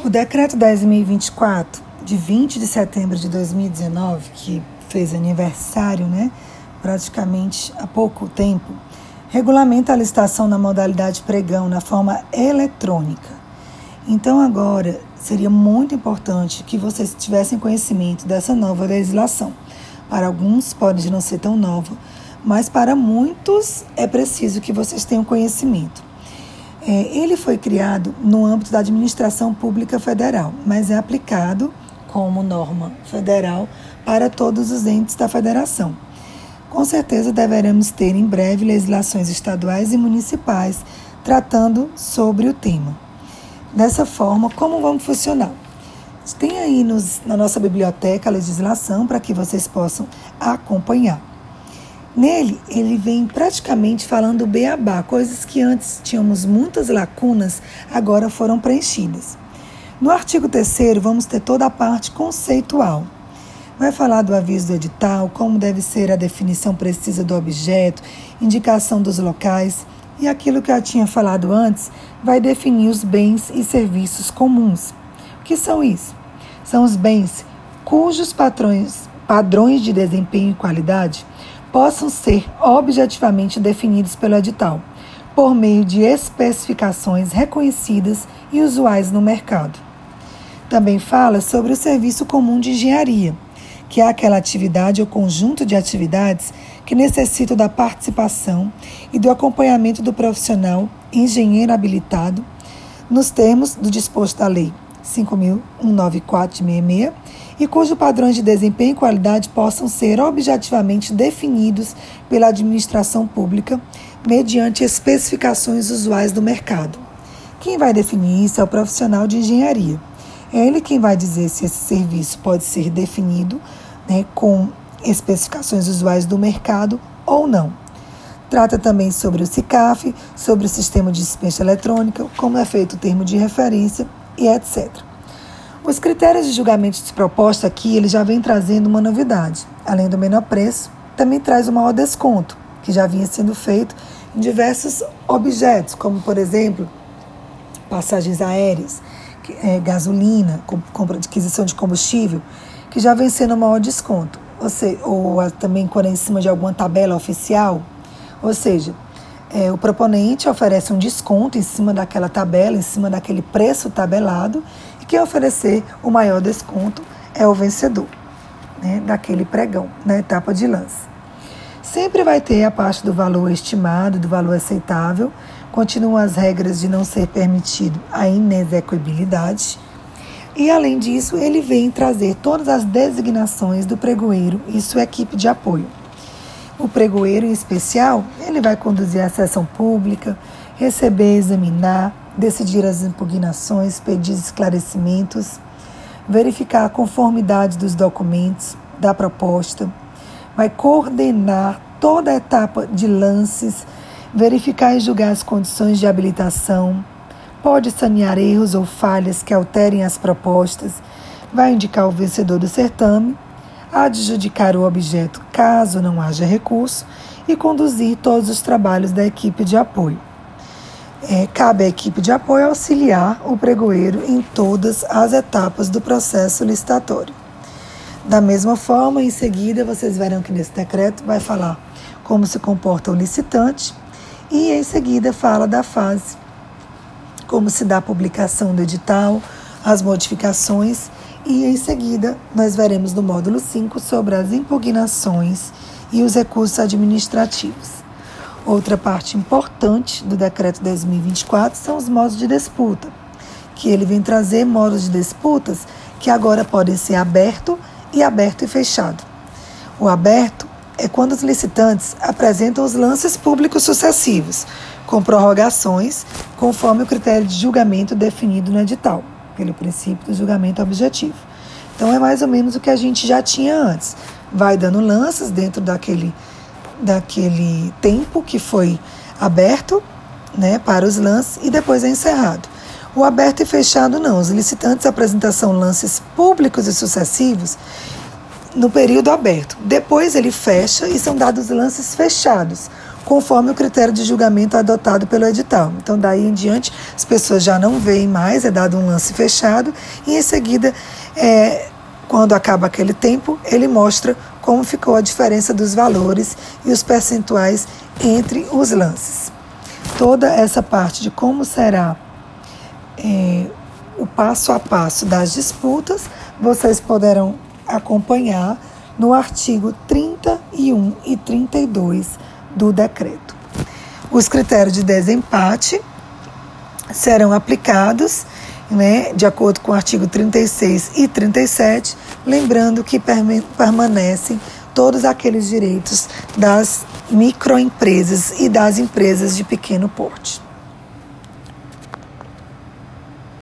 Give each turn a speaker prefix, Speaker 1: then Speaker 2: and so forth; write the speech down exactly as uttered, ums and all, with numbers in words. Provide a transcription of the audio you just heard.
Speaker 1: O Decreto dez mil e vinte e quatro, de vinte de setembro de dois mil e dezenove, que fez aniversário, né, praticamente há pouco tempo, regulamenta a licitação na modalidade pregão na forma eletrônica. Então agora seria muito importante que vocês tivessem conhecimento dessa nova legislação. Para alguns pode não ser tão nova, mas para muitos é preciso que vocês tenham conhecimento. É, ele foi criado no âmbito da administração pública federal, mas é aplicado como norma federal para todos os entes da federação. Com certeza deveremos ter em breve legislações estaduais e municipais tratando sobre o tema. Dessa forma, como vamos funcionar? Tem aí nos, na nossa biblioteca a legislação para que vocês possam acompanhar. Nele, ele vem praticamente falando beabá, coisas que antes tínhamos muitas lacunas, agora foram preenchidas. No artigo terceiro, vamos ter toda a parte conceitual. Vai falar do aviso do edital, como deve ser a definição precisa do objeto, indicação dos locais, e aquilo que eu tinha falado antes, vai definir os bens e serviços comuns. O que são isso? São os bens cujos patrões, padrões de desempenho e qualidade possam ser objetivamente definidos pelo edital, por meio de especificações reconhecidas e usuais no mercado. Também fala sobre o serviço comum de engenharia, que é aquela atividade ou conjunto de atividades que necessitam da participação e do acompanhamento do profissional engenheiro habilitado, nos termos do disposto da Lei cinco mil cento e noventa e quatro de sessenta e seis, e cujos padrões de desempenho e qualidade possam ser objetivamente definidos pela administração pública mediante especificações usuais do mercado. Quem vai definir isso é o profissional de engenharia. É ele quem vai dizer se esse serviço pode ser definido, né, com especificações usuais do mercado ou não. Trata também sobre o SICAF, sobre o sistema de dispensa eletrônica, como é feito o termo de referência e etcétera. Os critérios de julgamento de proposta aqui, ele já vem trazendo uma novidade. Além do menor preço, também traz o maior desconto, que já vinha sendo feito em diversos objetos, como, por exemplo, passagens aéreas, é, gasolina, compra de aquisição de combustível, que já vem sendo o maior desconto. Ou, seja, ou também quando é em cima de alguma tabela oficial, ou seja, é, o proponente oferece um desconto em cima daquela tabela, em cima daquele preço tabelado, e quem oferecer o maior desconto é o vencedor, né, daquele pregão, na etapa de lance. Sempre vai ter a parte do valor estimado, do valor aceitável, continuam as regras de não ser permitido a inexequibilidade, e além disso, ele vem trazer todas as designações do pregoeiro e sua equipe de apoio. O pregoeiro, em especial, ele vai conduzir a sessão pública, receber, examinar, decidir as impugnações, pedir esclarecimentos, verificar a conformidade dos documentos, da proposta, vai coordenar toda a etapa de lances, verificar e julgar as condições de habilitação, pode sanear erros ou falhas que alterem as propostas, vai indicar o vencedor do certame, adjudicar o objeto caso não haja recurso e conduzir todos os trabalhos da equipe de apoio. É, cabe à equipe de apoio auxiliar o pregoeiro em todas as etapas do processo licitatório. Da mesma forma, em seguida, vocês verão que nesse decreto vai falar como se comporta o licitante e, em seguida, fala da fase, como se dá a publicação do edital, as modificações e, em seguida, nós veremos no módulo cinco sobre as impugnações e os recursos administrativos. Outra parte importante do Decreto dez mil e vinte e quatro são os modos de disputa, que ele vem trazer modos de disputas que agora podem ser aberto e aberto e fechado. O aberto é quando os licitantes apresentam os lances públicos sucessivos, com prorrogações, conforme o critério de julgamento definido no edital, pelo princípio do julgamento objetivo. Então, é mais ou menos o que a gente já tinha antes. Vai dando lances dentro daquele, daquele tempo que foi aberto, né, para os lances e depois é encerrado. O aberto e fechado não. Os licitantes apresentam lances públicos e sucessivos no período aberto. Depois ele fecha e são dados lances fechados, conforme o critério de julgamento adotado pelo edital. Então, daí em diante, as pessoas já não veem mais, é dado um lance fechado, e em seguida, é, quando acaba aquele tempo, ele mostra como ficou a diferença dos valores e os percentuais entre os lances. Toda essa parte de como será é, o passo a passo das disputas, vocês poderão acompanhar no artigo trinta e um e trinta e dois do decreto. Os critérios de desempate serão aplicados, né, de acordo com o artigo trinta e seis e trinta e sete, lembrando que permanecem todos aqueles direitos das microempresas e das empresas de pequeno porte.